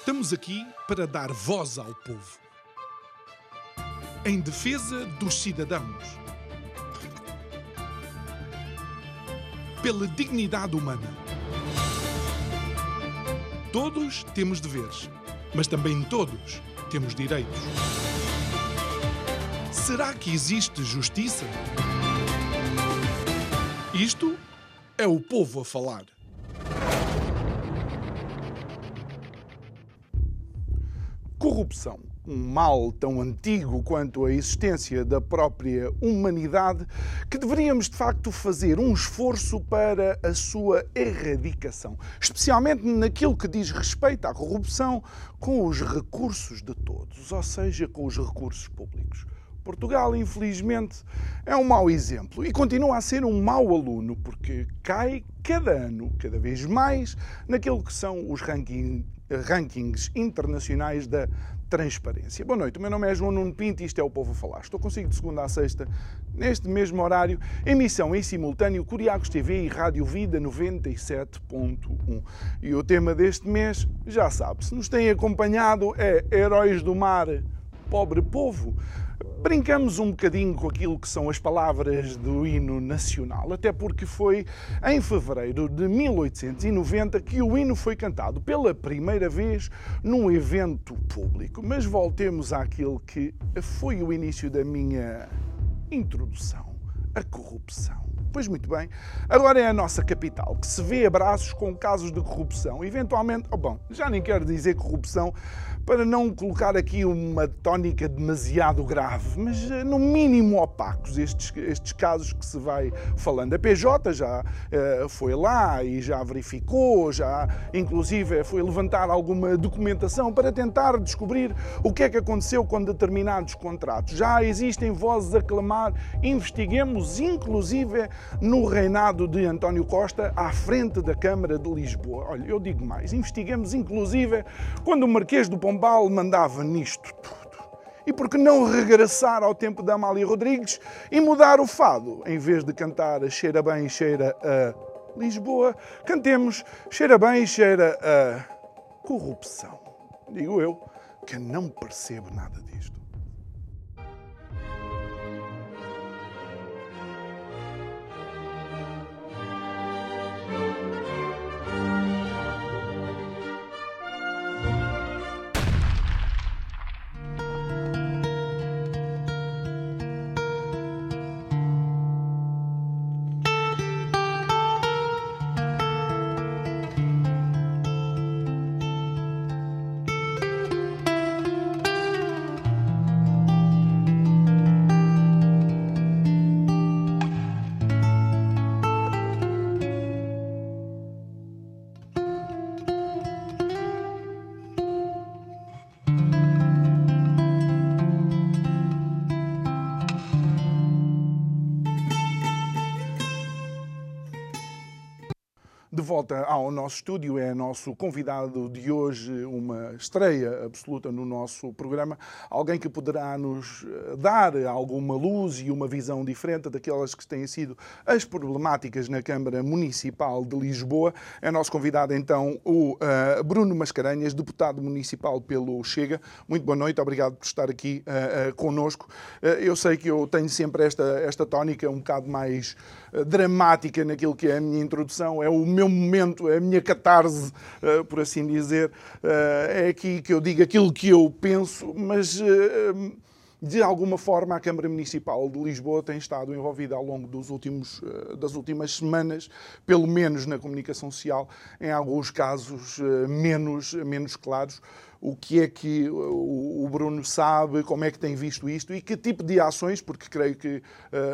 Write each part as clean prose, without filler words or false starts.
Estamos aqui para dar voz ao povo, em defesa dos cidadãos, pela dignidade humana. Todos temos deveres, mas também todos temos direitos. Será que existe justiça? Isto é o povo a falar. Corrupção, um mal tão antigo quanto a existência da própria humanidade, que deveríamos de facto fazer um esforço para a sua erradicação, especialmente naquilo que diz respeito à corrupção com os recursos de todos, ou seja, com os recursos públicos. Portugal, infelizmente, é um mau exemplo e continua a ser um mau aluno, porque cai cada ano, cada vez mais, naquilo que são os rankings internacionais da transparência. Boa noite, o meu nome é João Nuno Pinto e isto é o Povo a Falar. Estou consigo de segunda a sexta, neste mesmo horário, emissão em simultâneo Curiacos TV e Rádio Vida 97.1. E o tema deste mês, já sabe, se nos têm acompanhado, é Heróis do Mar, Pobre Povo. Brincamos um bocadinho com aquilo que são as palavras do hino nacional, até porque foi em fevereiro de 1890 que o hino foi cantado pela primeira vez num evento público. Mas voltemos àquilo que foi o início da minha introdução, a corrupção. Pois muito bem, agora é a nossa capital, que se vê a braços com casos de corrupção. Eventualmente, já nem quero dizer corrupção, para não colocar aqui uma tónica demasiado grave, mas no mínimo opacos estes casos que se vai falando. A PJ já foi lá e já verificou, já inclusive foi levantar alguma documentação para tentar descobrir o que é que aconteceu com determinados contratos. Já existem vozes a clamar, investiguemos, inclusive no reinado de António Costa, à frente da Câmara de Lisboa. Olha, eu digo mais, investiguemos inclusive quando o Marquês do Pombal mandava nisto tudo. E por que não regressar ao tempo da Amália Rodrigues e mudar o fado? Em vez de cantar Cheira Bem, Cheira a Lisboa, cantemos Cheira Bem, Cheira a corrupção. Digo eu, que não percebo nada disto. De volta ao nosso estúdio, é nosso convidado de hoje, uma estreia absoluta no nosso programa, alguém que poderá nos dar alguma luz e uma visão diferente daquelas que têm sido as problemáticas na Câmara Municipal de Lisboa. É nosso convidado então o Bruno Mascarenhas, deputado municipal pelo Chega. Muito boa noite, obrigado por estar aqui connosco. Eu sei que eu tenho sempre esta tónica um bocado mais dramática naquilo que é a minha introdução, é o meu momento, é a minha catarse, por assim dizer. É aqui que eu digo aquilo que eu penso, mas de alguma forma a Câmara Municipal de Lisboa tem estado envolvida ao longo das últimas semanas, pelo menos na comunicação social, em alguns casos menos claros. O que é que o Bruno sabe, como é que tem visto isto e que tipo de ações, porque creio que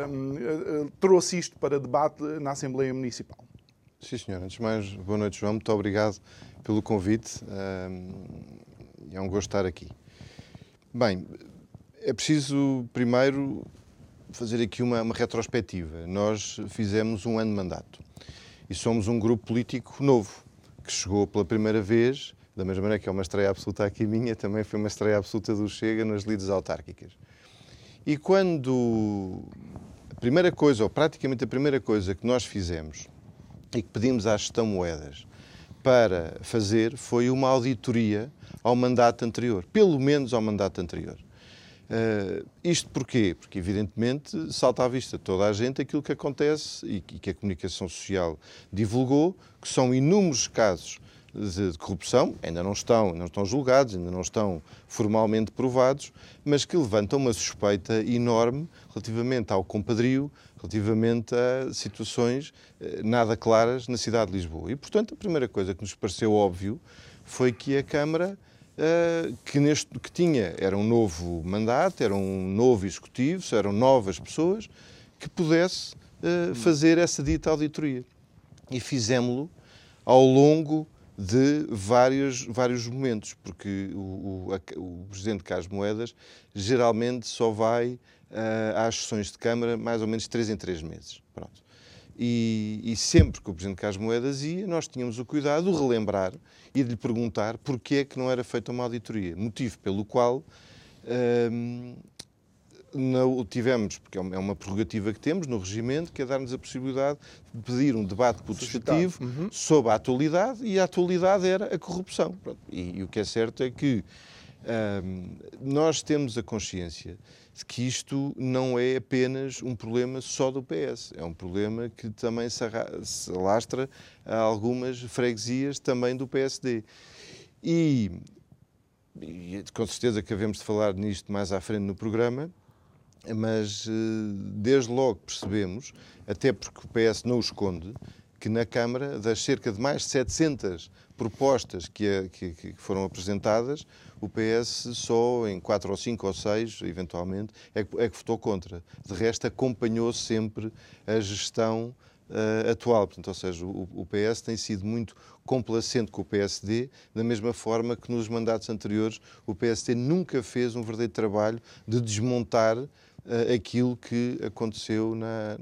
trouxe isto para debate na Assembleia Municipal. Sim, senhor. Antes de mais, boa noite, João. Muito obrigado pelo convite. É um gosto estar aqui. Bem, é preciso primeiro fazer aqui uma retrospectiva. Nós fizemos um ano de mandato e somos um grupo político novo que chegou pela primeira vez. Da mesma maneira que é uma estreia absoluta aqui minha, também foi uma estreia absoluta do Chega nas lides autárquicas. E quando a primeira coisa, ou praticamente a primeira coisa que nós fizemos e que pedimos à Gestão Moedas para fazer foi uma auditoria ao mandato anterior, pelo menos ao mandato anterior. Isto porquê? Porque, evidentemente, salta à vista de toda a gente aquilo que acontece e que a comunicação social divulgou, que são inúmeros casos de corrupção, ainda não estão julgados, ainda não estão formalmente provados, mas que levantam uma suspeita enorme relativamente ao compadrio, relativamente a situações nada claras na cidade de Lisboa. E, portanto, a primeira coisa que nos pareceu óbvio foi que a Câmara, que tinha, era um novo mandato, era um novo executivo, eram novas pessoas, que pudesse fazer essa dita auditoria. E fizemos-lo ao longo de vários momentos, porque o Presidente Carlos Moedas geralmente só vai às sessões de Câmara mais ou menos 3 em 3 meses. Pronto. E sempre que o Presidente Carlos Moedas ia, nós tínhamos o cuidado de relembrar e de lhe perguntar porquê é que não era feita uma auditoria. Motivo pelo qual não tivemos, porque é uma prerrogativa que temos no regimento, que é dar-nos a possibilidade de pedir um debate potestativo sobre a atualidade, e a atualidade era a corrupção. E o que é certo é que nós temos a consciência de que isto não é apenas um problema só do PS, é um problema que também se alastra a algumas freguesias também do PSD. E com certeza que havemos de falar nisto mais à frente no programa, mas desde logo percebemos, até porque o PS não o esconde, que na Câmara, das cerca de mais de 700 propostas que foram apresentadas, o PS só em 4 ou 5 ou 6, eventualmente, é que votou contra. De resto, acompanhou sempre a gestão atual. Portanto, ou seja, o PS tem sido muito complacente com o PSD, da mesma forma que nos mandatos anteriores o PSD nunca fez um verdadeiro trabalho de desmontar aquilo que aconteceu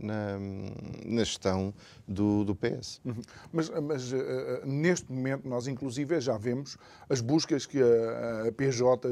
na gestão do PS. Mas neste momento nós inclusive já vemos as buscas que a PJ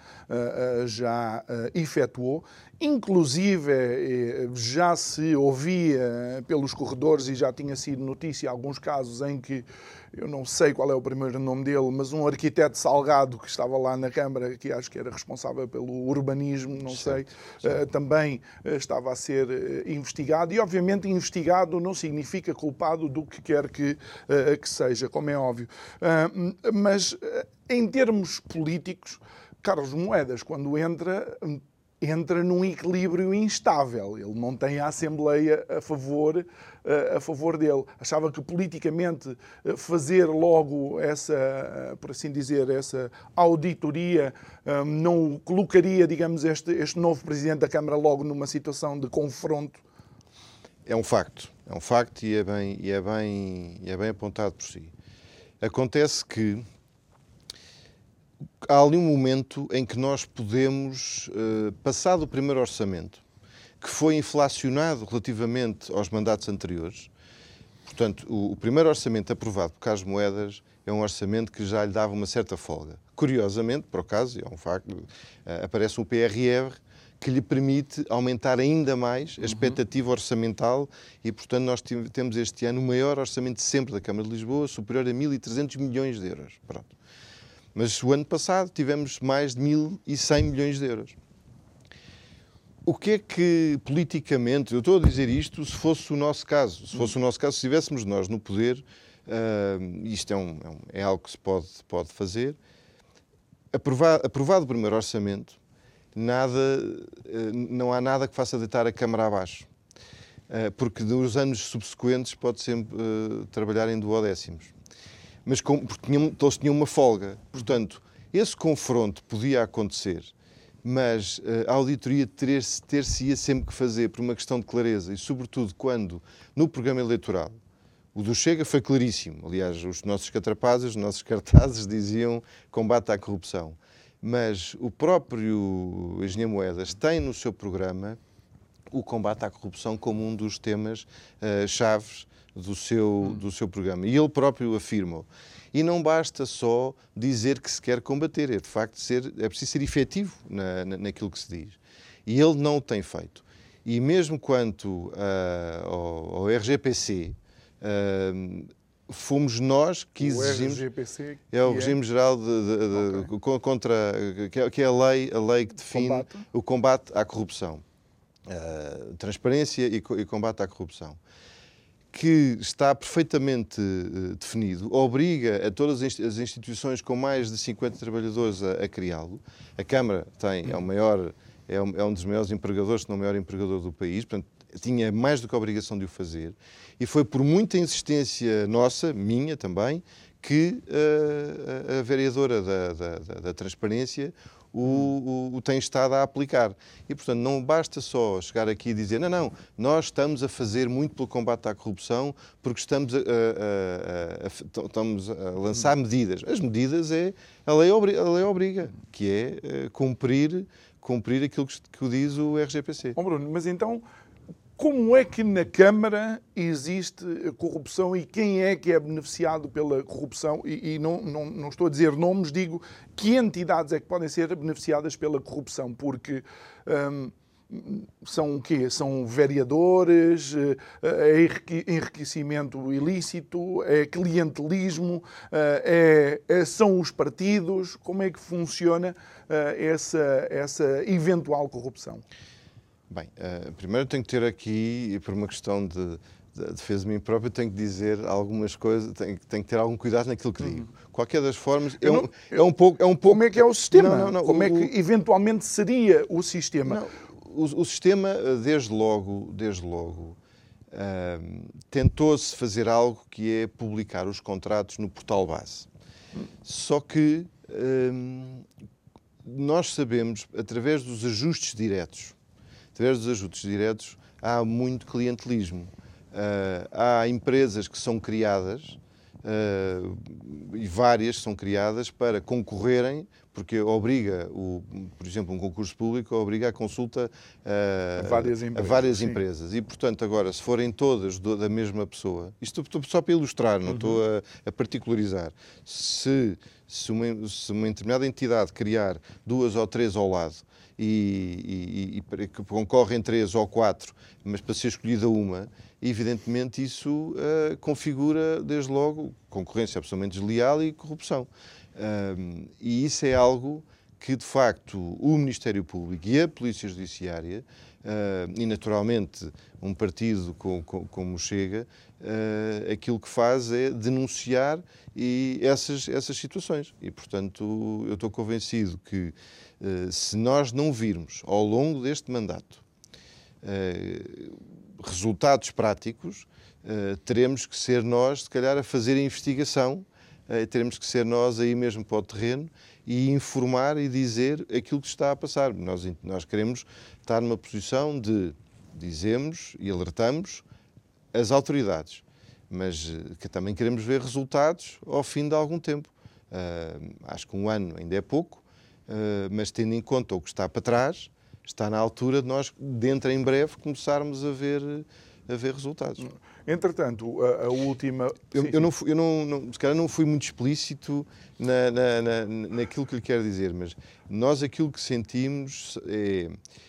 já efetuou, inclusive já se ouvia pelos corredores e já tinha sido notícia alguns casos em que, eu não sei qual é o primeiro nome dele, mas um arquiteto Salgado que estava lá na Câmara, que acho que era responsável pelo urbanismo, não sei, também estava a ser investigado. E, obviamente, investigado não significa culpado do que quer que seja, como é óbvio. Mas, em termos políticos, Carlos Moedas, quando entra num equilíbrio instável. Ele não tem a Assembleia a favor dele. Achava que politicamente fazer logo essa, por assim dizer, essa auditoria não colocaria, digamos, este novo Presidente da Câmara logo numa situação de confronto? É um facto e é bem apontado por si. Acontece que há ali um momento em que nós podemos, passado o primeiro orçamento, que foi inflacionado relativamente aos mandatos anteriores, portanto, o primeiro orçamento aprovado por Carlos Moedas é um orçamento que já lhe dava uma certa folga. Curiosamente, por acaso, é um facto, aparece um PRR que lhe permite aumentar ainda mais a expectativa orçamental e, portanto, nós temos este ano o maior orçamento de sempre da Câmara de Lisboa, superior a 1.300 milhões de euros. Pronto. Mas o ano passado tivemos mais de 1.100 milhões de euros. O que é que, politicamente, eu estou a dizer isto se fosse o nosse caso, se estivéssemos nós no poder, isto é algo que se pode fazer, aprovado o primeiro orçamento, não há nada que faça deitar a Câmara abaixo, porque nos anos subsequentes pode sempre trabalhar em duodécimos. Mas porque eles tinham uma folga. Portanto, esse confronto podia acontecer, mas a auditoria ter-se-ia sempre que fazer por uma questão de clareza e, sobretudo, quando, no programa eleitoral, o do Chega foi claríssimo. Aliás, os nossos catrapazes, os nossos cartazes diziam combate à corrupção. Mas o próprio Engenheiro Moedas tem no seu programa o combate à corrupção como um dos temas chaves do seu programa. E ele próprio afirma. E não basta só dizer que se quer combater, é de facto é preciso ser efetivo naquilo que se diz. E ele não o tem feito. E mesmo quanto ao RGPC, fomos nós que exigimos. O RGPC, é o regime geral contra, que é a lei que define o combate à corrupção. Transparência e combate à corrupção, que está perfeitamente definido, obriga a todas as instituições com mais de 50 trabalhadores a criá-lo. A Câmara é um dos maiores empregadores, se não o maior empregador do país, portanto, tinha mais do que a obrigação de o fazer, e foi por muita insistência nossa, minha também, que a vereadora da Transparência o tem estado a aplicar. E, portanto, não basta só chegar aqui e dizer não, nós estamos a fazer muito pelo combate à corrupção porque estamos a lançar medidas. As medidas a lei obriga, que é cumprir aquilo que diz o RGPC. Bruno, mas então, como é que na Câmara existe corrupção e quem é que é beneficiado pela corrupção? E não estou a dizer nomes, digo que entidades é que podem ser beneficiadas pela corrupção, porque são o quê? São vereadores, é enriquecimento ilícito, é clientelismo, são os partidos. Como é que funciona essa eventual corrupção? Bem, primeiro tenho que ter aqui, e por uma questão de defesa de mim próprio, tenho que dizer algumas coisas, tenho que ter algum cuidado naquilo que digo. Qualquer das formas, é um pouco... Como é que é o sistema? Como é que eventualmente seria o sistema? O sistema, desde logo, tentou-se fazer algo que é publicar os contratos no portal base. Só que nós sabemos, através dos ajustes diretos, há muito clientelismo. Há empresas que são criadas, e várias são criadas para concorrerem, porque obriga, por exemplo, um concurso público obriga a consulta a várias empresas. E, portanto, agora, se forem todas da mesma pessoa, isto só para ilustrar, não estou a particularizar, se uma determinada entidade criar 2 ou 3 ao lado, e que concorrem 3 ou 4, mas para ser escolhida uma, evidentemente isso configura, desde logo, concorrência absolutamente desleal e corrupção. E isso é algo que, de facto, o Ministério Público e a Polícia Judiciária, e naturalmente um partido como o Chega, aquilo que faz é denunciar essas situações. E, portanto, eu estou convencido que se nós não virmos ao longo deste mandato resultados práticos, teremos que ser nós, se calhar, a fazer a investigação, teremos que ser nós aí mesmo para o terreno e informar e dizer aquilo que está a passar. Nós queremos estar numa posição de dizemos e alertamos as autoridades, mas que também queremos ver resultados ao fim de algum tempo. Acho que 1 ano ainda é pouco, mas tendo em conta o que está para trás, está na altura de nós, dentro em breve, começarmos a ver resultados. Entretanto, a última... Se calhar não fui muito explícito naquilo que lhe quero dizer, mas nós aquilo que sentimos é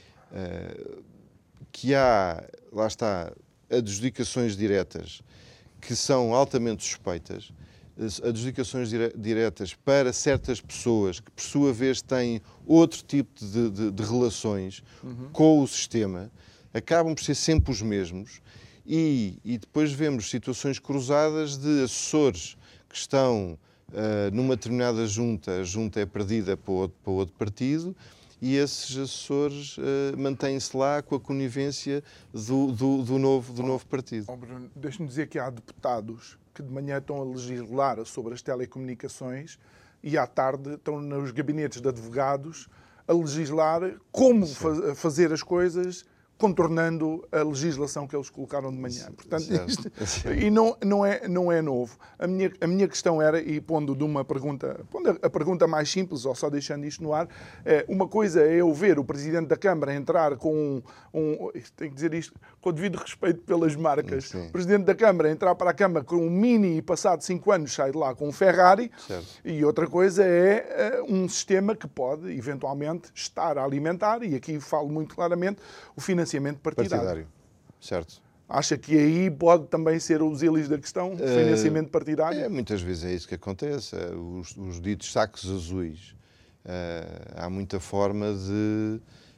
que há, lá está, adjudicações diretas que são altamente suspeitas, adjudicações diretas para certas pessoas que, por sua vez, têm outro tipo de relações com o sistema, acabam por ser sempre os mesmos, e depois vemos situações cruzadas de assessores que estão numa determinada junta, a junta é perdida para outro partido, e esses assessores mantêm-se lá com a conivência do novo partido. Bruno, deixa-me dizer que há deputados que de manhã estão a legislar sobre as telecomunicações e à tarde estão nos gabinetes de advogados a legislar como fazer as coisas contornando a legislação que eles colocaram de manhã. Portanto, isto, e não é novo. A minha questão era, e pondo a pergunta mais simples, ou só deixando isto no ar, uma coisa é eu ver o Presidente da Câmara entrar com tenho que dizer isto com o devido respeito pelas marcas, Sim. o Presidente da Câmara entrar para a Câmara com um Mini e passado 5 anos sai de lá com um Ferrari, certo. E outra coisa é um sistema que pode, eventualmente, estar a alimentar, e aqui falo muito claramente, o financiamento partidário. Certo. Acha que aí pode também ser os ílis da questão, financiamento partidário? Muitas vezes é isso que acontece. Os ditos sacos azuis. Há muita forma de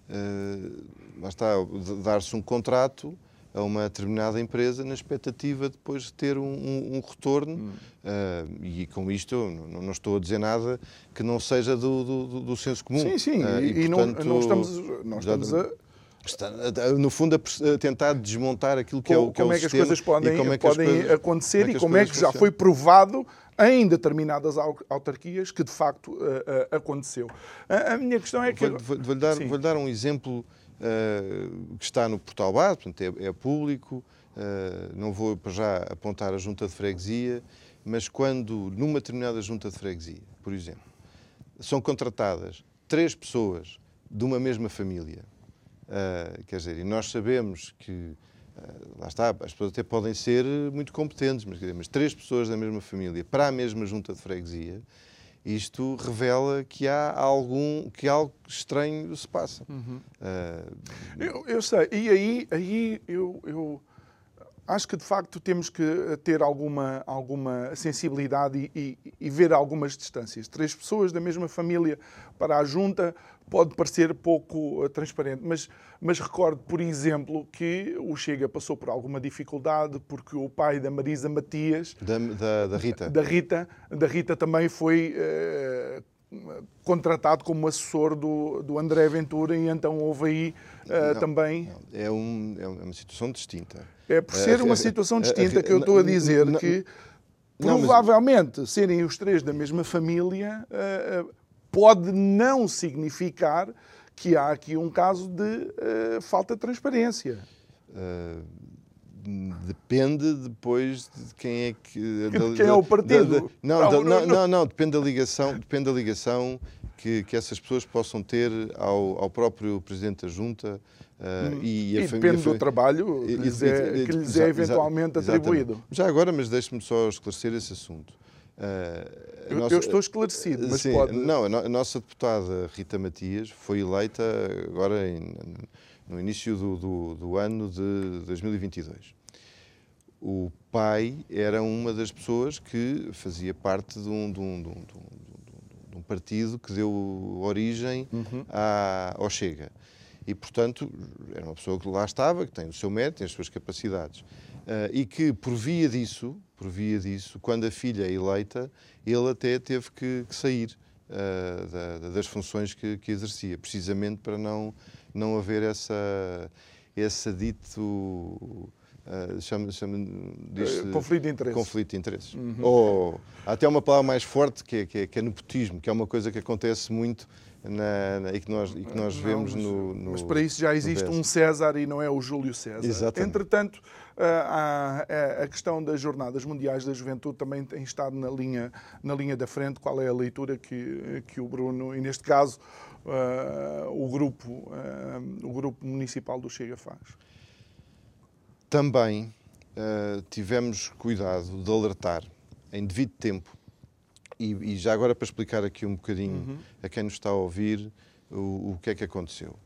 dar-se um contrato a uma determinada empresa na expectativa depois de ter um retorno. E com isto não estou a dizer nada que não seja do senso comum. Sim. E portanto, não estamos no fundo, a tentar desmontar aquilo que é o como é que as sistema coisas podem acontecer e como é que já funcionam. foi provado em determinadas autarquias que de facto aconteceu. A minha questão é que... Vou-lhe dar um exemplo que está no portal base, portanto é público, não vou para já apontar a junta de freguesia, mas quando numa determinada junta de freguesia, por exemplo, são contratadas 3 pessoas de uma mesma família, quer dizer, e nós sabemos que, lá está, as pessoas até podem ser muito competentes, mas 3 pessoas da mesma família para a mesma junta de freguesia, isto revela que há que algo estranho se passa. Eu sei, e aí eu acho que de facto temos que ter alguma sensibilidade e ver algumas distâncias. 3 pessoas da mesma família para a junta pode parecer pouco transparente, mas recordo, por exemplo, que o Chega passou por alguma dificuldade porque o pai da Marisa Matias, da Rita também foi contratado como assessor do André Ventura e então houve aí também... É uma situação distinta. É por ser uma situação distinta que eu estou a dizer que provavelmente serem os 3 da mesma família pode não significar que há aqui um caso de falta de transparência. Depende depois de quem é que... De quem é o partido. Não, depende da ligação que essas pessoas possam ter ao próprio Presidente da Junta e depende do trabalho que lhes é eventualmente atribuído. Já agora, mas deixe-me só esclarecer esse assunto. Eu estou esclarecido, mas sim, pode... Não, a nossa deputada Rita Matias foi eleita agora no início do ano de 2022. O pai era uma das pessoas que fazia parte de um partido que deu origem ao Chega. E, portanto, era uma pessoa que lá estava, que tem o seu mérito, tem as suas capacidades. E que, por via disso, quando a filha é eleita, ele até teve que sair das funções que exercia, precisamente para não haver essa dito... chama disto conflito de interesses. Ou até uma palavra mais forte que é nepotismo, que é uma coisa que acontece muito e que nós vemos no... Mas para isso já existe um César e não é o Júlio César. Exatamente. Entretanto, a questão das Jornadas Mundiais da Juventude também tem estado na linha da frente. Qual é a leitura que o Bruno, e neste caso o grupo municipal do Chega faz? Também tivemos cuidado de alertar em devido tempo, e já agora para explicar aqui um bocadinho a quem nos está a ouvir o que é que aconteceu.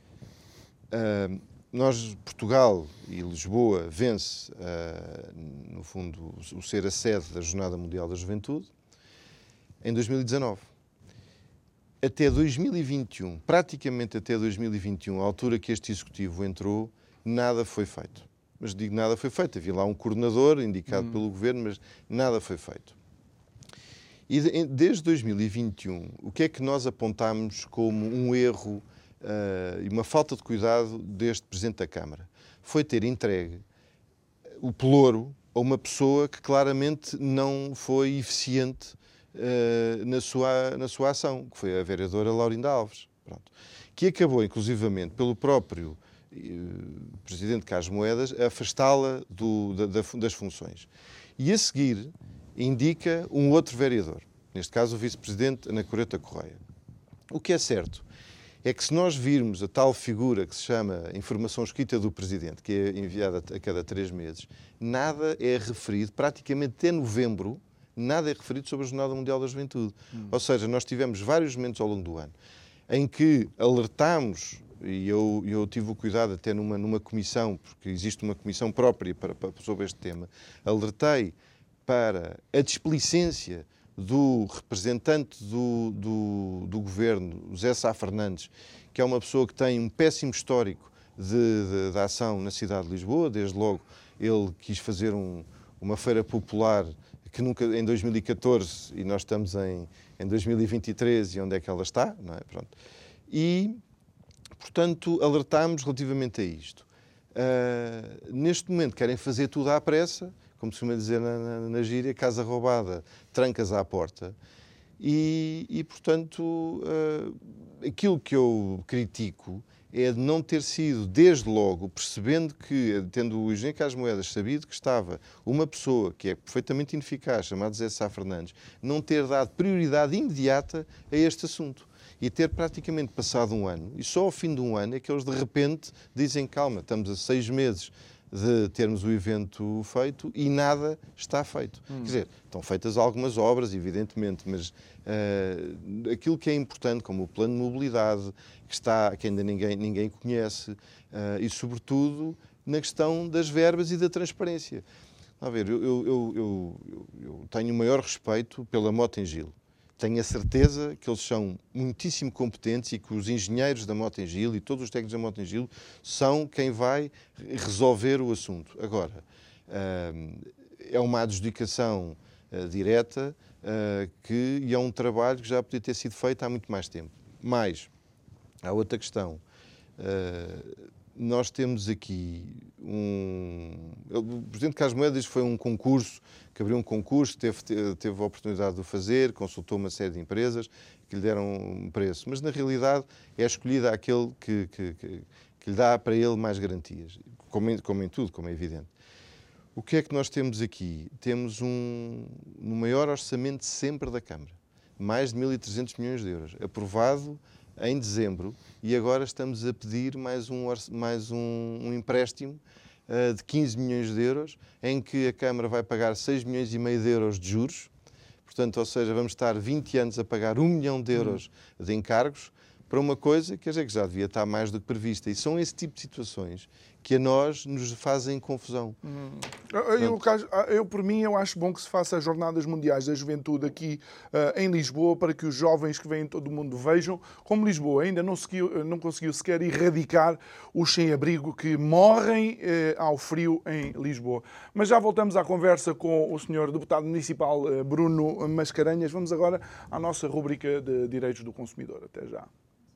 Portugal e Lisboa vence, no fundo, o ser a sede da Jornada Mundial da Juventude em 2019. Até 2021, praticamente até 2021, a altura que este Executivo entrou, nada foi feito. Mas digo nada foi feito. Havia lá um coordenador indicado pelo Governo, mas nada foi feito. E desde 2021, o que é que nós apontámos como um erro e uma falta de cuidado deste Presidente da Câmara? Foi ter entregue o pelouro a uma pessoa que claramente não foi eficiente na sua ação, que foi a vereadora Laurinda Alves. Pronto. Que acabou, inclusivamente, pelo próprio Presidente Carlos Moedas a afastá-la das funções. E a seguir indica um outro vereador, neste caso o Vice-Presidente Ana Coreta Correia. O que é certo é que se nós virmos a tal figura que se chama informação escrita do Presidente, que é enviada a cada 3 meses, nada é referido, praticamente até novembro, nada é referido sobre a Jornada Mundial da Juventude. Ou seja, nós tivemos vários momentos ao longo do ano em que alertámos e eu tive o cuidado até numa comissão, porque existe uma comissão própria sobre este tema, alertei para a displicência do representante do governo, José Sá Fernandes, que é uma pessoa que tem um péssimo histórico de ação na cidade de Lisboa. Desde logo ele quis fazer uma feira popular que nunca, em 2014, e nós estamos em 2023, e onde é que ela está? Não é? Pronto. E, portanto, alertámos relativamente a isto. Neste momento querem fazer tudo à pressa, como se costuma dizer na gíria, casa roubada, trancas à porta. E portanto, aquilo que eu critico é de não ter sido, desde logo, percebendo que, tendo o engenheiro Carlos Moedas sabido que estava uma pessoa que é perfeitamente ineficaz, chamada José Sá Fernandes, não ter dado prioridade imediata a este assunto. E ter praticamente passado um ano, e só ao fim de um ano é que eles de repente dizem: calma, estamos a 6 meses de termos o evento feito e nada está feito. Quer dizer, estão feitas algumas obras, evidentemente, mas aquilo que é importante, como o plano de mobilidade, que ainda ninguém conhece, e sobretudo na questão das verbas e da transparência. A ver, eu tenho o maior respeito pela Mota-Engil. Tenho a certeza que eles são muitíssimo competentes e que os engenheiros da Mota-Engil e todos os técnicos da Mota-Engil são quem vai resolver o assunto. Agora, é uma adjudicação direta e é um trabalho que já podia ter sido feito há muito mais tempo. Mas, há outra questão. Nós temos aqui o Presidente Carlos Moedas foi um concurso, que abriu um concurso, teve a oportunidade de o fazer, consultou uma série de empresas que lhe deram um preço, mas na realidade é escolhido aquele que lhe dá para ele mais garantias, como em tudo, como é evidente. O que é que nós temos aqui? Temos no maior orçamento sempre da Câmara, mais de 1.300 milhões de euros, aprovado em dezembro, e agora estamos a pedir mais um empréstimo de 15 milhões de euros, em que a Câmara vai pagar 6 milhões e meio de euros de juros. Portanto, ou seja, vamos estar 20 anos a pagar 1 milhão de euros de encargos para uma coisa que já devia estar mais do que prevista. E são esse tipo de situações que a nós nos fazem confusão. Eu, por mim, eu acho bom que se faça as Jornadas Mundiais da Juventude aqui em Lisboa, para que os jovens que vêm de todo o mundo vejam como Lisboa ainda não conseguiu sequer erradicar os sem-abrigo que morrem ao frio em Lisboa. Mas já voltamos à conversa com o Sr. Deputado Municipal Bruno Mascarenhas. Vamos agora à nossa rubrica de Direitos do Consumidor. Até já.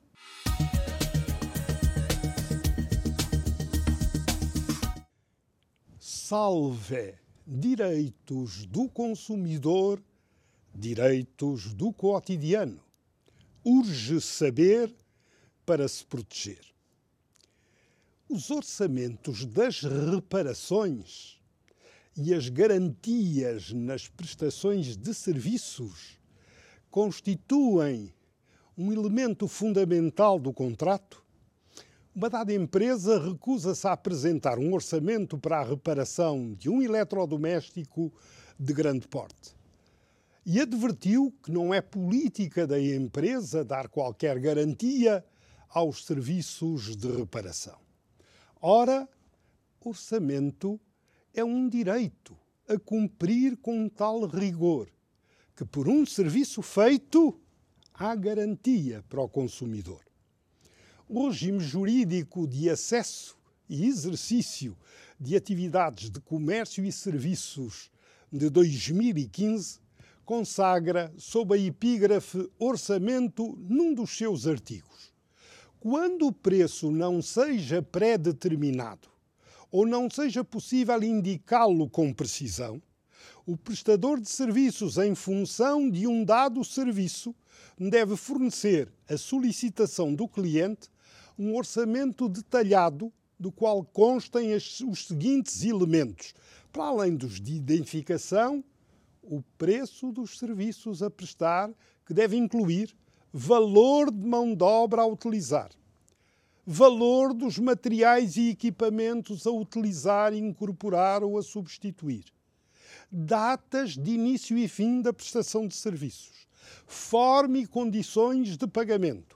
Salve! Direitos do consumidor, direitos do cotidiano. Urge saber para se proteger. Os orçamentos das reparações e as garantias nas prestações de serviços constituem um elemento fundamental do contrato. Uma dada empresa recusa-se a apresentar um orçamento para a reparação de um eletrodoméstico de grande porte. E advertiu que não é política da empresa dar qualquer garantia aos serviços de reparação. Ora, orçamento é um direito a cumprir com tal rigor, que por um serviço feito há garantia para o consumidor. O regime jurídico de acesso e exercício de atividades de comércio e serviços de 2015 consagra, sob a epígrafe orçamento, num dos seus artigos: quando o preço não seja pré-determinado ou não seja possível indicá-lo com precisão, o prestador de serviços, em função de um dado serviço, deve fornecer à solicitação do cliente um orçamento detalhado do qual constem os seguintes elementos, para além dos de identificação, o preço dos serviços a prestar, que deve incluir valor de mão de obra a utilizar, valor dos materiais e equipamentos a utilizar, incorporar ou a substituir, datas de início e fim da prestação de serviços, forma e condições de pagamento,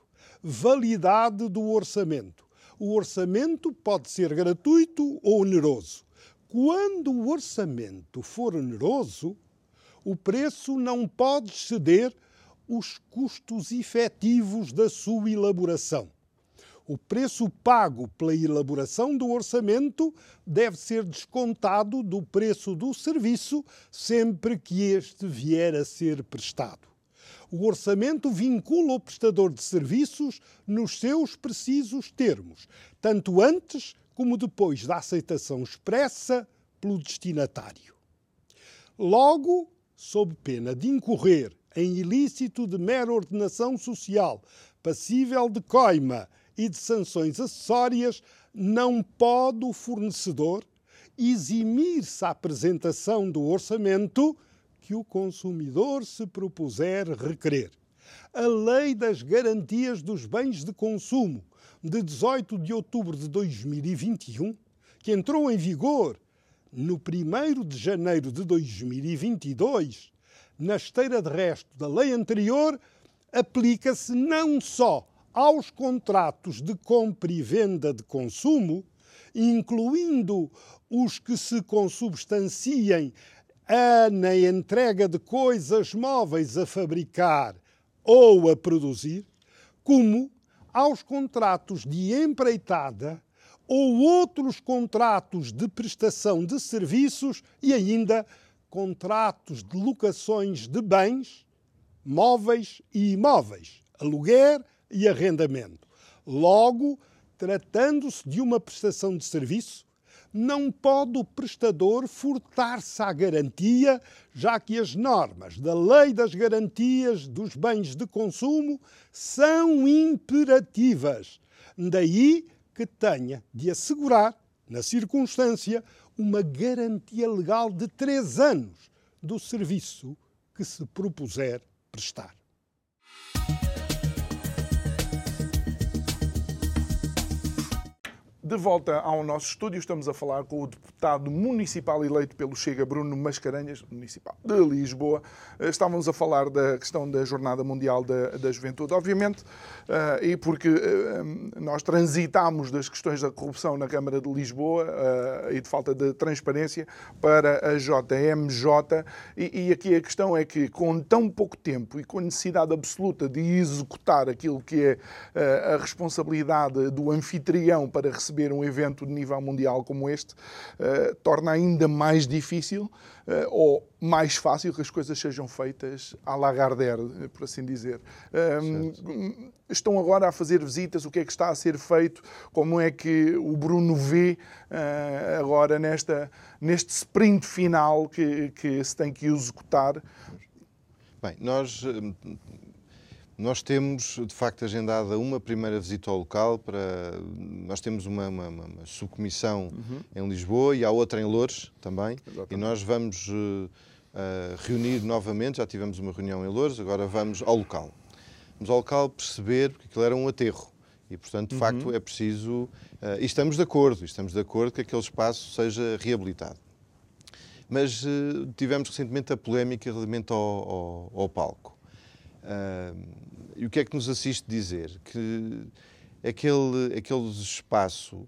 validade do orçamento. O orçamento pode ser gratuito ou oneroso. Quando o orçamento for oneroso, o preço não pode exceder os custos efetivos da sua elaboração. O preço pago pela elaboração do orçamento deve ser descontado do preço do serviço sempre que este vier a ser prestado. O orçamento vincula o prestador de serviços nos seus precisos termos, tanto antes como depois da aceitação expressa pelo destinatário. Logo, sob pena de incorrer em ilícito de mera ordenação social, passível de coima e de sanções acessórias, não pode o fornecedor eximir-se à apresentação do orçamento que o consumidor se propuser requerer. A Lei das Garantias dos Bens de Consumo, de 18 de outubro de 2021, que entrou em vigor no 1º de janeiro de 2022, na esteira de resto da lei anterior, aplica-se não só aos contratos de compra e venda de consumo, incluindo os que se consubstanciem na entrega de coisas móveis a fabricar ou a produzir, como aos contratos de empreitada ou outros contratos de prestação de serviços e ainda contratos de locações de bens, móveis e imóveis, aluguer e arrendamento. Logo, tratando-se de uma prestação de serviço, não pode o prestador furtar-se à garantia, já que as normas da Lei das Garantias dos Bens de Consumo são imperativas. Daí que tenha de assegurar, na circunstância, uma garantia legal de 3 anos do serviço que se propuser prestar. De volta ao nosso estúdio, estamos a falar com o deputado municipal eleito pelo Chega, Bruno Mascarenhas, municipal de Lisboa. Estávamos a falar da questão da Jornada Mundial da Juventude, obviamente, e porque nós transitámos das questões da corrupção na Câmara de Lisboa e de falta de transparência para a JMJ, e aqui a questão é que, com tão pouco tempo e com a necessidade absoluta de executar aquilo que é a responsabilidade do anfitrião para receber um evento de nível mundial como este, torna ainda mais difícil ou mais fácil que as coisas sejam feitas à Lagardère, por assim dizer. Estão agora a fazer visitas, o que é que está a ser feito, como é que o Bruno vê agora neste sprint final que se tem que executar? Bem, nós temos, de facto, agendada uma primeira visita ao local. Nós temos uma subcomissão em Lisboa e há outra em Loures também. Exatamente. E nós vamos reunir novamente, já tivemos uma reunião em Loures, agora vamos ao local. Vamos ao local perceber, porque aquilo era um aterro. E, portanto, de facto, é preciso... e estamos de acordo que aquele espaço seja reabilitado. Mas tivemos recentemente a polémica relativamente ao palco. E o que é que nos assiste dizer? Que aquele espaço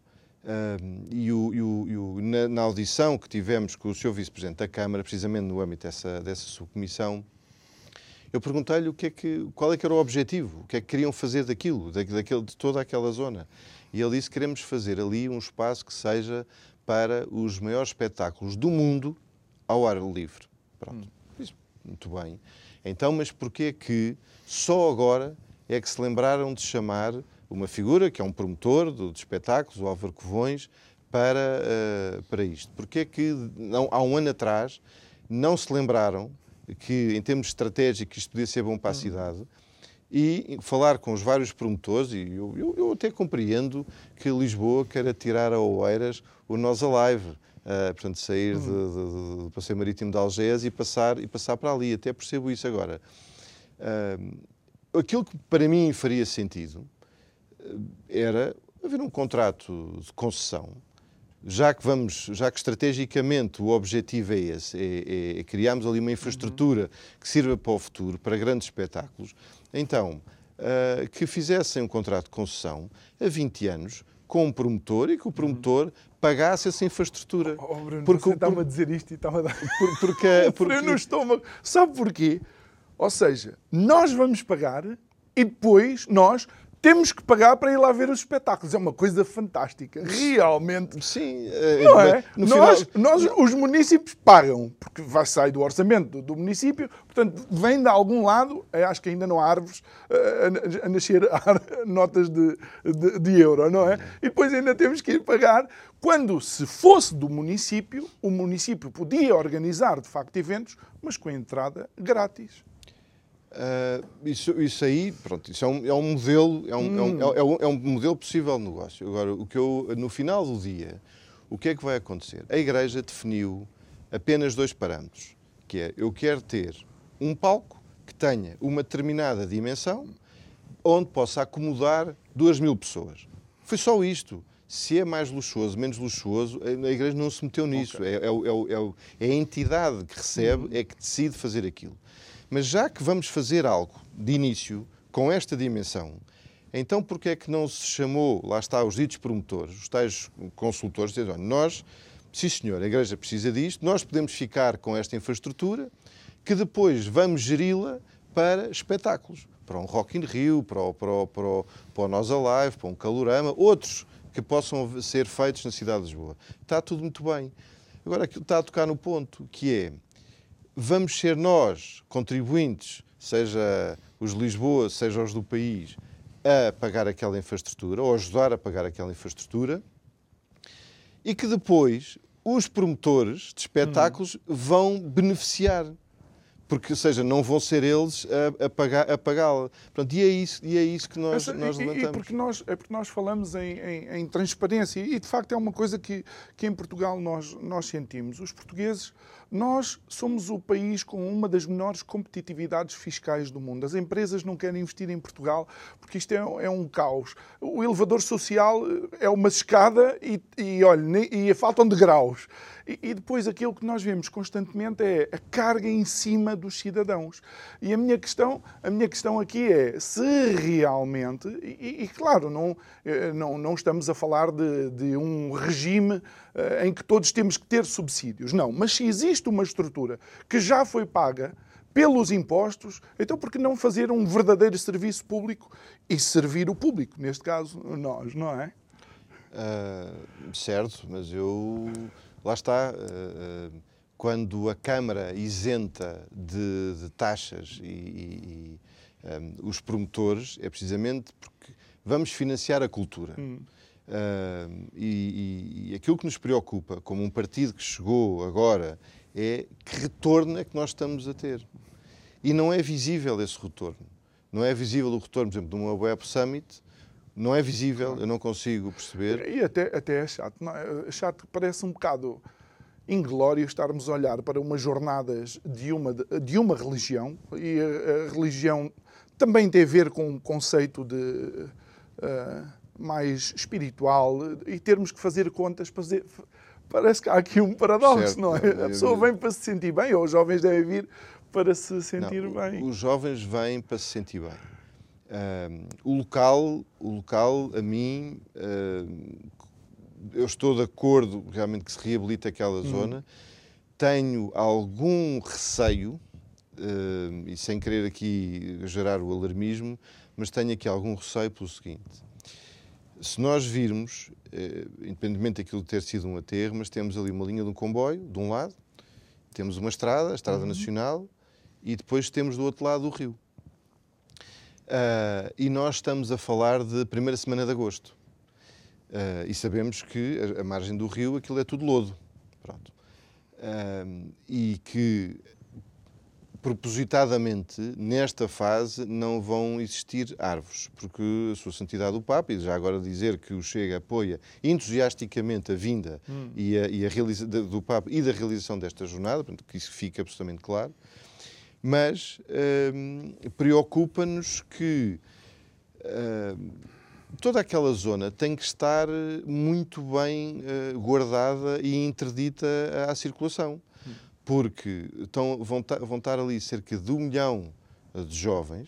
na audição que tivemos com o Sr. Vice-Presidente da Câmara, precisamente no âmbito dessa subcomissão, eu perguntei-lhe qual é que era o objetivo, o que é que queriam fazer daquilo, de toda aquela zona. E ele disse que queremos fazer ali um espaço que seja para os maiores espetáculos do mundo ao ar livre. Pronto. Muito bem. Então, mas porquê que só agora é que se lembraram de chamar uma figura, que é um promotor de espetáculos, o Álvaro Covões, para isto? Porquê que há um ano atrás não se lembraram que, em termos estratégicos, isto podia ser bom para a cidade, e falar com os vários promotores, e eu até compreendo que Lisboa queira tirar a Oeiras o Nós Alive, portanto, sair do passeio marítimo de Algés e passar para ali. Até percebo isso agora. Aquilo que para mim faria sentido era haver um contrato de concessão, já que estrategicamente o objetivo é esse, é criarmos ali uma infraestrutura que sirva para o futuro, para grandes espetáculos. Então, que fizessem um contrato de concessão a 20 anos com um promotor e que o promotor pagasse essa infraestrutura. Bruno, você está-me a dizer isto e está-me a dar porque no estômago. Sabe porquê? Ou seja, nós vamos pagar e depois nós temos que pagar para ir lá ver os espetáculos. É uma coisa fantástica. Realmente. Sim. Não é? Nós, os municípios pagam, porque vai sair do orçamento do município, portanto, vem de algum lado, acho que ainda não há árvores a nascer notas de euro, não é? E depois ainda temos que ir pagar. Quando, se fosse do município, o município podia organizar, de facto, eventos, mas com a entrada grátis. Isso aí, pronto, isso é um modelo, é um modelo possível de negócio. Agora, no final do dia, o que é que vai acontecer? A Igreja definiu apenas 2 parâmetros, que é, eu quero ter um palco que tenha uma determinada dimensão, onde possa acomodar 2.000 pessoas. Foi só isto. Se é mais luxuoso, menos luxuoso, a Igreja não se meteu nisso. Okay. É a entidade que recebe, é que decide fazer aquilo. Mas já que vamos fazer algo de início com esta dimensão, então porquê é que não se chamou, lá está, os ditos promotores, os tais consultores, dizendo, nós, sim senhor, a Igreja precisa disto, nós podemos ficar com esta infraestrutura, que depois vamos geri-la para espetáculos, para um Rock in Rio, para o Nós Alive, para um Calorama, outros que possam ser feitos na cidade de Lisboa. Está tudo muito bem. Agora, aquilo está a tocar no ponto, que é, vamos ser nós, contribuintes, seja os de Lisboa, seja os do país, a pagar aquela infraestrutura, ou ajudar a pagar aquela infraestrutura, e que depois os promotores de espetáculos vão beneficiar. Porque, ou seja, não vão ser eles a pagá-la. E é isso que nós levantamos. Porque nós falamos em transparência e, de facto, é uma coisa que em Portugal nós sentimos. Os portugueses, nós somos o país com uma das menores competitividades fiscais do mundo. As empresas não querem investir em Portugal porque isto é um caos. O elevador social é uma escada e faltam degraus. E depois aquilo que nós vemos constantemente é a carga em cima dos cidadãos. E a minha questão aqui é se realmente, e claro, não estamos a falar de um regime em que todos temos que ter subsídios. Não, mas se existe uma estrutura que já foi paga pelos impostos, então por que não fazer um verdadeiro serviço público e servir o público? Neste caso, nós, não é? Certo, mas lá está, quando a Câmara isenta de taxas e os promotores, é precisamente porque vamos financiar a cultura. E aquilo que nos preocupa, como um partido que chegou agora, é que retorno é que nós estamos a ter. E não é visível esse retorno. Não é visível o retorno, por exemplo, de uma Web Summit. Não é visível, eu não consigo perceber. E até é chato. É chato, parece um bocado inglório estarmos a olhar para umas jornadas de uma religião, e a religião também tem a ver com um conceito mais espiritual, e termos que fazer contas. Parece que há aqui um paradoxo, certo, não é? A pessoa vem para se sentir bem, ou os jovens devem vir para se sentir bem. Os jovens vêm para se sentir bem. O local, a mim, eu estou de acordo realmente que se reabilite aquela zona. Tenho algum receio, e sem querer aqui gerar o alarmismo, mas tenho aqui algum receio pelo seguinte. Se nós virmos, independentemente daquilo de ter sido um aterro, mas temos ali uma linha de um comboio, de um lado, temos uma estrada, a Estrada Nacional, e depois temos do outro lado o rio. E nós estamos a falar de primeira semana de agosto. E sabemos que a margem do rio, aquilo é tudo lodo. Pronto. E que, propositadamente, nesta fase, não vão existir árvores, porque a Sua Santidade o Papa, e já agora dizer que o Chega apoia entusiasticamente a vinda do Papa e da realização desta jornada, portanto, que isso fica absolutamente claro. Mas preocupa-nos que toda aquela zona tem que estar muito bem guardada e interdita à circulação, porque vão estar ali cerca de 1 milhão de jovens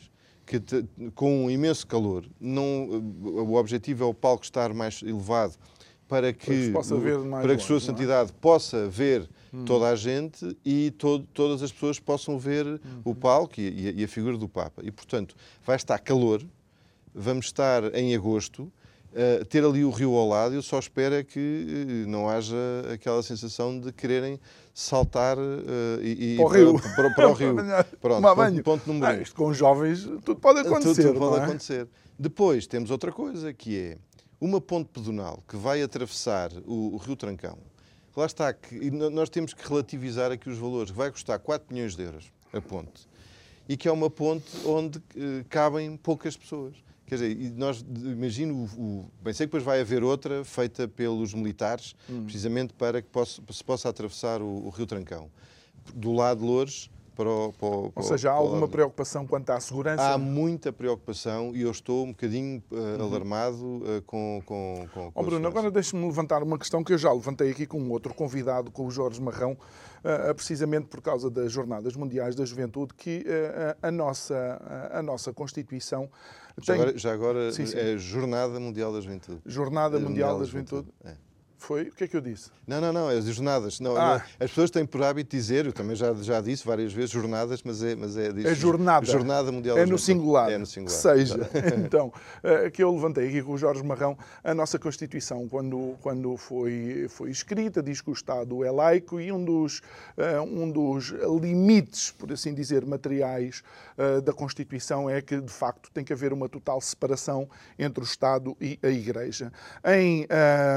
com um imenso calor, o objetivo é o palco estar mais elevado para que Sua Santidade possa ver toda a gente e todas as pessoas possam ver o palco e a figura do Papa. E, portanto, vai estar calor, vamos estar em agosto, ter ali o rio ao lado. Eu só espero que não haja aquela sensação de quererem saltar para o rio. Para o rio. Pronto, ponto número 1. Isto com os jovens tudo pode acontecer. Tudo pode acontecer. Depois temos outra coisa, que é uma ponte pedonal que vai atravessar o Rio Trancão. Lá está, que nós temos que relativizar aqui os valores. Vai custar 4 milhões de euros a ponte. E que é uma ponte onde cabem poucas pessoas. Quer dizer, nós imagino, bem sei que depois vai haver outra feita pelos militares, precisamente para que se possa atravessar o Rio Trancão. Do lado de Loures para o Ou seja, há alguma preocupação quanto à segurança? Há muita preocupação e eu estou um bocadinho alarmado com Bruno, agora deixe-me levantar uma questão que eu já levantei aqui com um outro convidado, com o Jorge Marrão, precisamente por causa das Jornadas Mundiais da Juventude, que a nossa Constituição tem... Já agora sim. É a Jornada Mundial da Juventude. Jornada Mundial da Juventude. É. Foi? O que é que eu disse? Não, é as jornadas. Não, as pessoas têm por hábito dizer, eu também já disse várias vezes, jornadas, mas é jornada. Jornada Mundial da Juventude. É no singular. Seja, então, que eu levantei aqui com o Jorge Marrão, a nossa Constituição, quando foi escrita, diz que o Estado é laico e um dos limites, por assim dizer, materiais da Constituição é que, de facto, tem que haver uma total separação entre o Estado e a Igreja. Em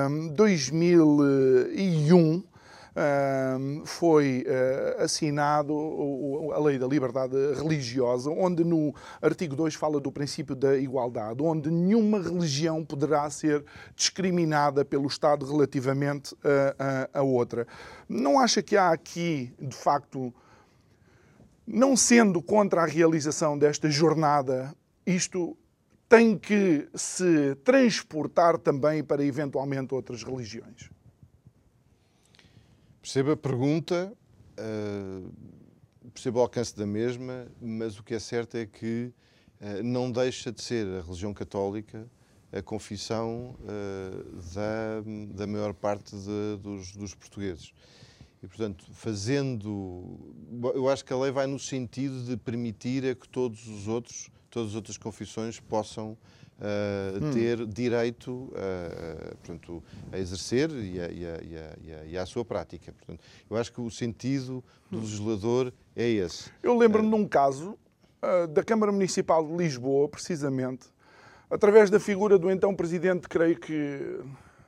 2001 foi assinado a Lei da Liberdade Religiosa, onde no artigo 2 fala do princípio da igualdade, onde nenhuma religião poderá ser discriminada pelo Estado relativamente a outra. Não acha que há aqui, de facto, não sendo contra a realização desta jornada, isto tem que se transportar também para, eventualmente, outras religiões? Percebo a pergunta, percebo o alcance da mesma, mas o que é certo é que não deixa de ser a religião católica a confissão da maior parte dos portugueses. E, portanto, eu acho que a lei vai no sentido de permitir a que todas as outras confissões possam ter direito a exercer e à sua prática. Portanto, eu acho que o sentido do legislador é esse. Eu lembro-me de um caso da Câmara Municipal de Lisboa, precisamente, através da figura do então Presidente, creio que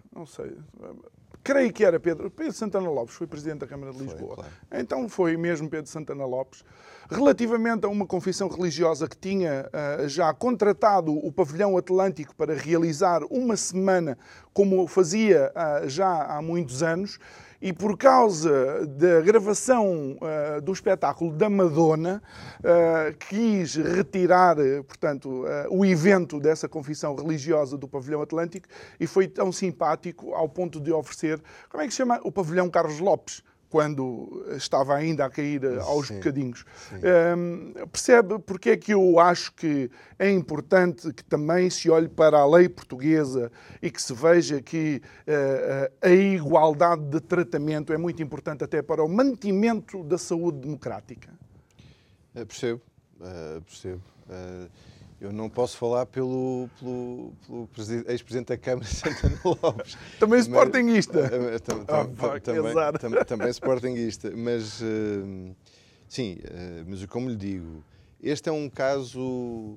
era Pedro Santana Lopes, foi Presidente da Câmara de Lisboa. Claro. Então foi mesmo Pedro Santana Lopes, relativamente a uma confissão religiosa que tinha já contratado o Pavilhão Atlântico para realizar uma semana, como fazia já há muitos anos, e por causa da gravação do espetáculo da Madonna, quis retirar, portanto, o evento dessa confissão religiosa do Pavilhão Atlântico e foi tão simpático ao ponto de oferecer, como é que se chama? O Pavilhão Carlos Lopes, quando estava ainda a cair aos bocadinhos. Percebe porque é que eu acho que é importante que também se olhe para a lei portuguesa e que se veja que a igualdade de tratamento é muito importante até para o mantimento da saúde democrática? Percebo. Eu não posso falar pelo ex-presidente da Câmara, Santana Lopes. Também sportinguista. Também sportinguista. Mas, sim, mas como lhe digo, este é um caso...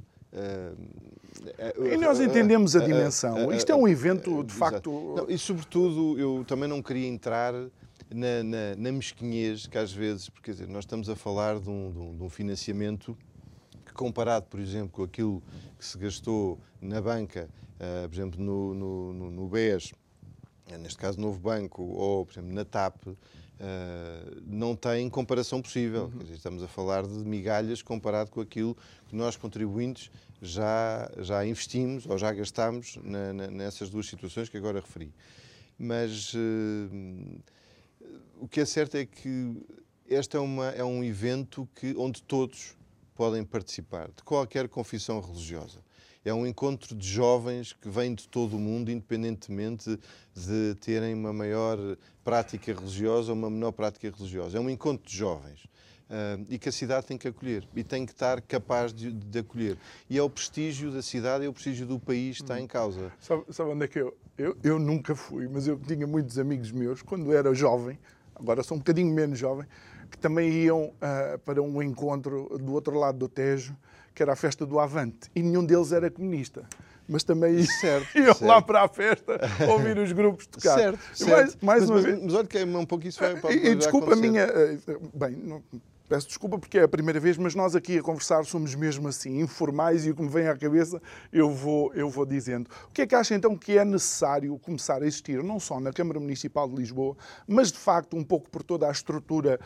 E nós entendemos a dimensão. Isto é um evento, de facto... Não, e, sobretudo, eu também não queria entrar na mesquinhez que, às vezes, porque, quer dizer, nós estamos a falar de um financiamento comparado, por exemplo, com aquilo que se gastou na banca, por exemplo, no BES, neste caso Novo Banco, ou, por exemplo, na TAP, não tem comparação possível. Quer dizer, estamos a falar de migalhas comparado com aquilo que nós, contribuintes, já investimos ou já gastámos nessas duas situações que agora referi. Mas o que é certo é que este é um evento onde todos podem participar, de qualquer confissão religiosa. É um encontro de jovens que vêm de todo o mundo, independentemente de terem uma maior prática religiosa ou uma menor prática religiosa. É um encontro de jovens. E que a cidade tem que acolher e tem que estar capaz de acolher. E é o prestígio da cidade, é o prestígio do país que está em causa. Sabe onde é que eu nunca fui, mas eu tinha muitos amigos meus, quando era jovem, agora sou um bocadinho menos jovem, que também iam para um encontro do outro lado do Tejo, que era a festa do Avante, e nenhum deles era comunista. Mas também iam lá para a festa ouvir os grupos tocar. Certo. Mais uma vez. Mas olha que é um pouco isso vai E desculpa a minha... Bem, peço desculpa porque é a primeira vez, mas nós aqui a conversar somos mesmo assim, informais, e o que me vem à cabeça eu vou dizendo. O que é que acha então que é necessário começar a existir, não só na Câmara Municipal de Lisboa, mas de facto um pouco por toda a estrutura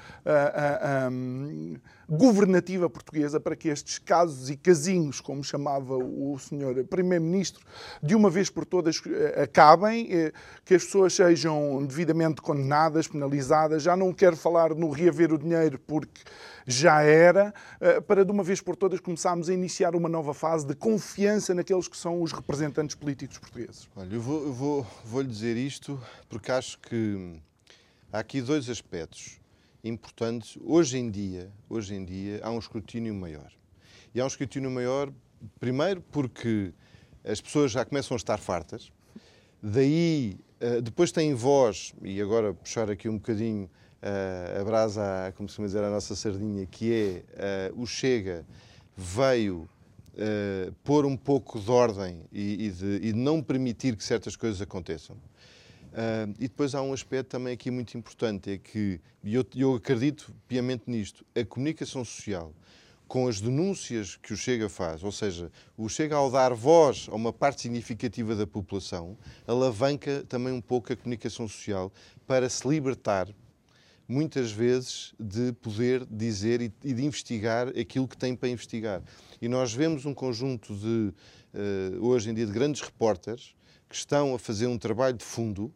governativa portuguesa, para que estes casos e casinhos, como chamava o senhor Primeiro-Ministro, de uma vez por todas acabem, que as pessoas sejam devidamente condenadas, penalizadas. Já não quero falar no reaver o dinheiro, porque já era, para de uma vez por todas começarmos a iniciar uma nova fase de confiança naqueles que são os representantes políticos portugueses. Olha, eu vou-lhe dizer isto porque acho que há aqui dois aspectos importantes. Hoje em dia há um escrutínio maior. E há um escrutínio maior, primeiro porque as pessoas já começam a estar fartas, daí depois têm voz, e agora puxar aqui um bocadinho a brasa, como se costuma dizer, a nossa sardinha, que é o Chega veio pôr um pouco de ordem e de não permitir que certas coisas aconteçam. E depois há um aspecto também aqui muito importante, é que, e eu acredito piamente nisto, a comunicação social com as denúncias que o Chega faz, ou seja, o Chega, ao dar voz a uma parte significativa da população, alavanca também um pouco a comunicação social para se libertar, muitas vezes, de poder dizer e de investigar aquilo que tem para investigar. E nós vemos um conjunto de, hoje em dia, de grandes repórteres que estão a fazer um trabalho de fundo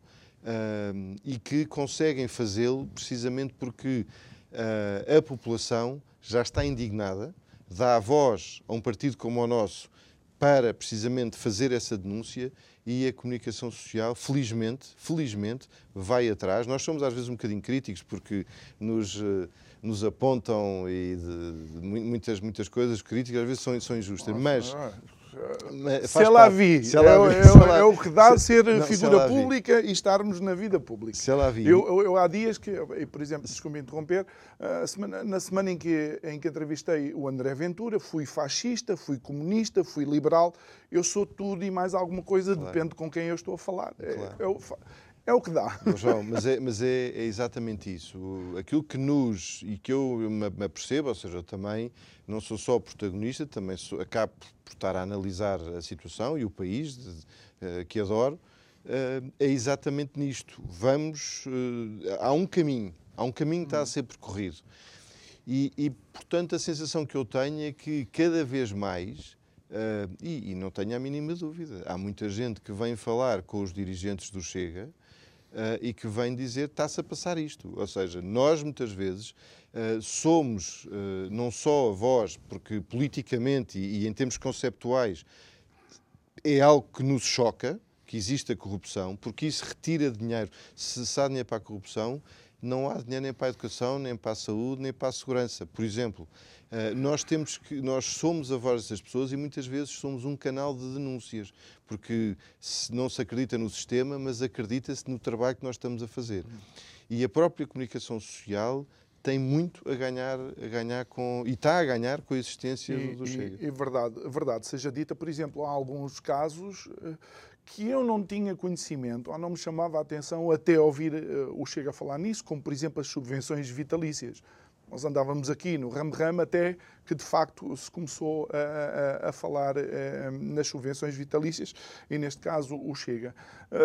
e que conseguem fazê-lo precisamente porque a população já está indignada, dá voz a um partido como o nosso para precisamente fazer essa denúncia, e a comunicação social, felizmente, vai atrás. Nós somos às vezes um bocadinho críticos porque nos apontam e de muitas coisas críticas às vezes são injustas, mas Se ela vi, é o que dá ser figura pública e estarmos na vida pública. Se ela vi. Eu há dias que, por exemplo, desculpe interromper, na semana em que entrevistei o André Ventura, fui fascista, fui comunista, fui liberal. Eu sou tudo e mais alguma coisa, claro. Depende com quem eu estou a falar. Claro. É o que dá. João, mas é exatamente isso. Aquilo que e que eu me apercebo, ou seja, eu também não sou só protagonista, também acabo por estar a analisar a situação e o país, que adoro, é exatamente nisto. Há um caminho que está a ser percorrido. E, portanto, a sensação que eu tenho é que cada vez mais, e não tenho a mínima dúvida, há muita gente que vem falar com os dirigentes do Chega, e que vem dizer está-se a passar isto. Ou seja, nós muitas vezes somos não só a voz, porque politicamente e em termos conceptuais é algo que nos choca, que existe a corrupção, porque isso retira dinheiro. Se há dinheiro para a corrupção, não há dinheiro nem para a educação, nem para a saúde, nem para a segurança. Por exemplo, nós somos a voz dessas pessoas e muitas vezes somos um canal de denúncias, porque não se acredita no sistema, mas acredita-se no trabalho que nós estamos a fazer. E a própria comunicação social tem muito a ganhar com, e está a ganhar com a existência do Chega. É verdade seja dita, por exemplo, há alguns casos que eu não tinha conhecimento ou não me chamava a atenção até ouvir o Chega falar nisso, como por exemplo as subvenções vitalícias. Nós andávamos aqui no ramo-ramo até que de facto se começou a falar nas subvenções vitalícias e neste caso o Chega.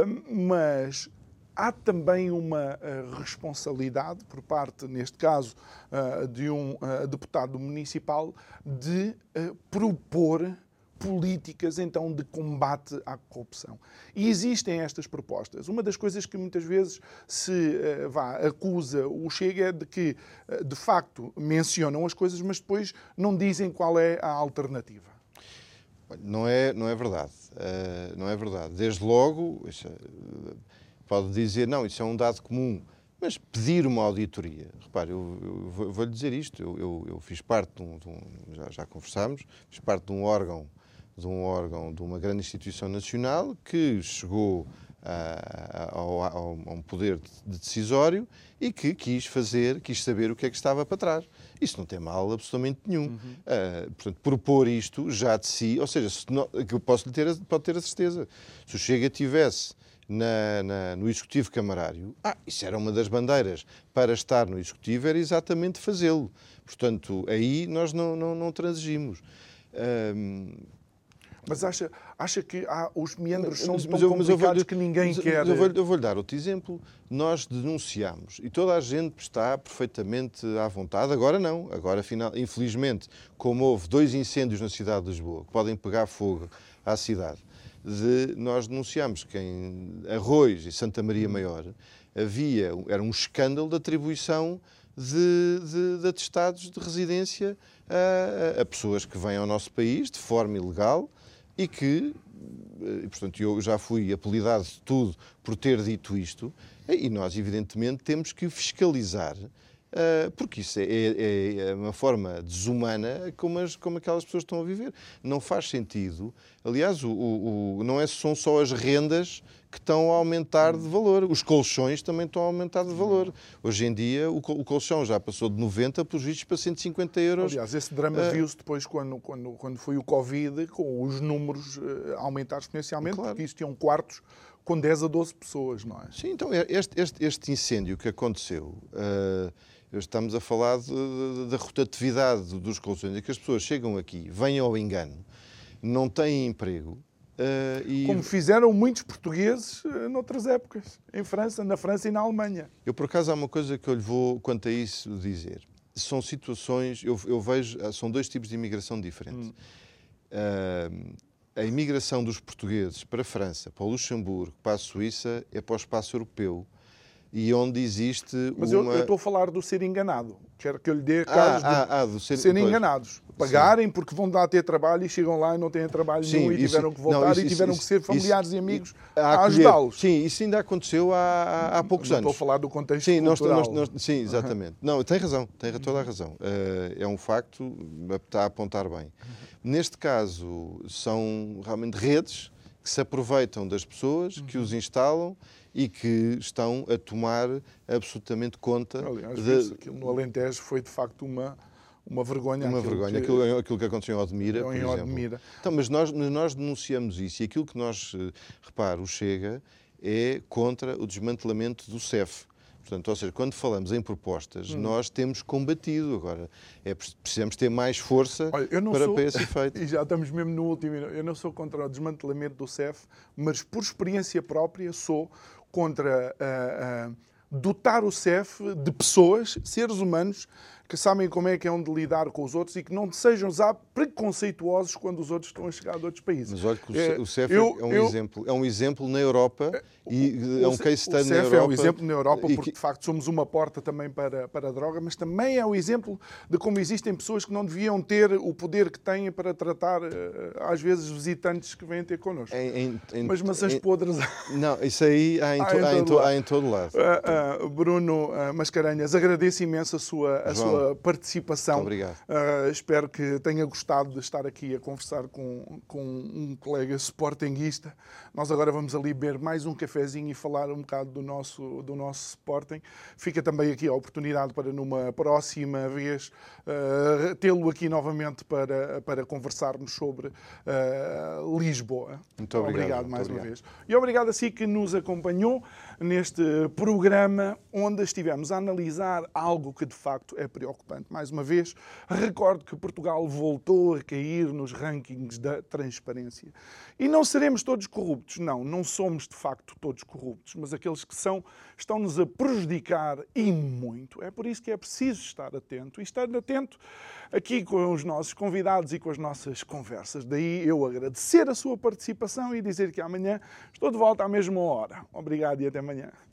Mas há também uma responsabilidade por parte, neste caso, de um deputado municipal de propor políticas, então, de combate à corrupção. E existem estas propostas. Uma das coisas que muitas vezes se acusa o Chega é de que, de facto, mencionam as coisas, mas depois não dizem qual é a alternativa. Não é verdade. Não é verdade. Desde logo, pode dizer, não, isso é um dado comum, mas pedir uma auditoria. Repare, eu vou-lhe dizer isto, eu fiz parte já conversámos, fiz parte de um órgão, de uma grande instituição nacional que chegou a um poder decisório e que quis saber o que é que estava para trás. Isso não tem mal absolutamente nenhum. Portanto, propor isto já de si, ou seja, que eu pode ter a certeza, se o Chega tivesse no Executivo Camarário, isso era uma das bandeiras para estar no Executivo, era exatamente fazê-lo. Portanto, aí nós não transigimos. Mas acha que os meandros são tão complicados que ninguém quer... Eu vou-lhe dar outro exemplo. Nós denunciamos e toda a gente está perfeitamente à vontade. Agora não. Agora, infelizmente, como houve 2 incêndios na cidade de Lisboa que podem pegar fogo à cidade, nós denunciamos que em Arroios e Santa Maria Maior era um escândalo de atribuição de atestados de residência a pessoas que vêm ao nosso país de forma ilegal e que, portanto, eu já fui apelidado de tudo por ter dito isto, e nós, evidentemente, temos que fiscalizar, porque isso é uma forma desumana como aquelas pessoas estão a viver. Não faz sentido. Aliás, não são só as rendas que estão a aumentar de valor. Os colchões também estão a aumentar de valor. Hoje em dia, o colchão já passou de 90 pelos vistos para 150 euros. Aliás, esse drama viu-se depois quando foi o Covid, com os números a aumentar exponencialmente, claro. Porque existiam quartos com 10 a 12 pessoas, não é? Sim, então este incêndio que aconteceu, estamos a falar da rotatividade dos colchões, é que as pessoas chegam aqui, vêm ao engano, não têm emprego. Como fizeram muitos portugueses noutras épocas, na França e na Alemanha. Eu, por acaso, há uma coisa que eu lhe vou, quanto a isso, dizer. São situações, eu vejo, são 2 tipos de imigração diferentes. A imigração dos portugueses para a França, para o Luxemburgo, para a Suíça, é para o espaço europeu. E onde existe Mas eu estou a falar do ser enganado. Quero que eu lhe dê casos de serem enganados. Pagarem, sim, porque vão dar a ter trabalho e chegam lá e não têm trabalho nenhum e tiveram que voltar e tiveram que ser familiares e amigos a ajudá-los. Sim, isso ainda aconteceu há poucos anos. Estou a falar do contexto cultural. Sim, exatamente. Não, tem razão, tem toda a razão. É um facto, está a apontar bem. Neste caso, são realmente redes que se aproveitam das pessoas, que os instalam e que estão a tomar absolutamente conta. Aliás, aquilo no Alentejo foi de facto uma vergonha. Uma vergonha. Aquilo que aconteceu em Odmira, por exemplo. Então, mas nós denunciamos isso e aquilo que nós, repare, o Chega é contra o desmantelamento do CEF. Portanto, ou seja, quando falamos em propostas, nós temos combatido. Agora, precisamos ter mais força para esse efeito. E já estamos mesmo no último. Eu não sou contra o desmantelamento do CEF, mas por experiência própria sou contra dotar o CEF de pessoas, seres humanos, que sabem como é que é de lidar com os outros e que não sejam já preconceituosos quando os outros estão a chegar de outros países. Mas olha que o CEF é um exemplo na Europa e é um case study na Europa. O CEF é um exemplo na Europa porque, de facto, somos uma porta também para a droga, mas também é um exemplo de como existem pessoas que não deviam ter o poder que têm para tratar, às vezes, visitantes que vêm ter connosco. Mas maçãs podres... Não, isso aí há em todo lado. Bruno Mascarenhas, agradeço imenso a sua participação. Muito obrigado. Espero que tenha gostado de estar aqui a conversar com um colega sportinguista. Nós agora vamos ali beber mais um cafezinho e falar um bocado do nosso Sporting. Fica também aqui a oportunidade para, numa próxima vez, tê-lo aqui novamente para conversarmos sobre Lisboa. Muito obrigado. Obrigado mais uma vez. E obrigado a si que nos acompanhou neste programa onde estivemos a analisar algo que de facto é preocupante. preocupante. Mais uma vez, recordo que Portugal voltou a cair nos rankings da transparência. E não seremos todos corruptos. Não somos de facto todos corruptos, mas aqueles que são, estão-nos a prejudicar e muito. É por isso que é preciso estar atento. E estar atento aqui com os nossos convidados e com as nossas conversas. Daí eu agradecer a sua participação e dizer que amanhã estou de volta à mesma hora. Obrigado e até amanhã.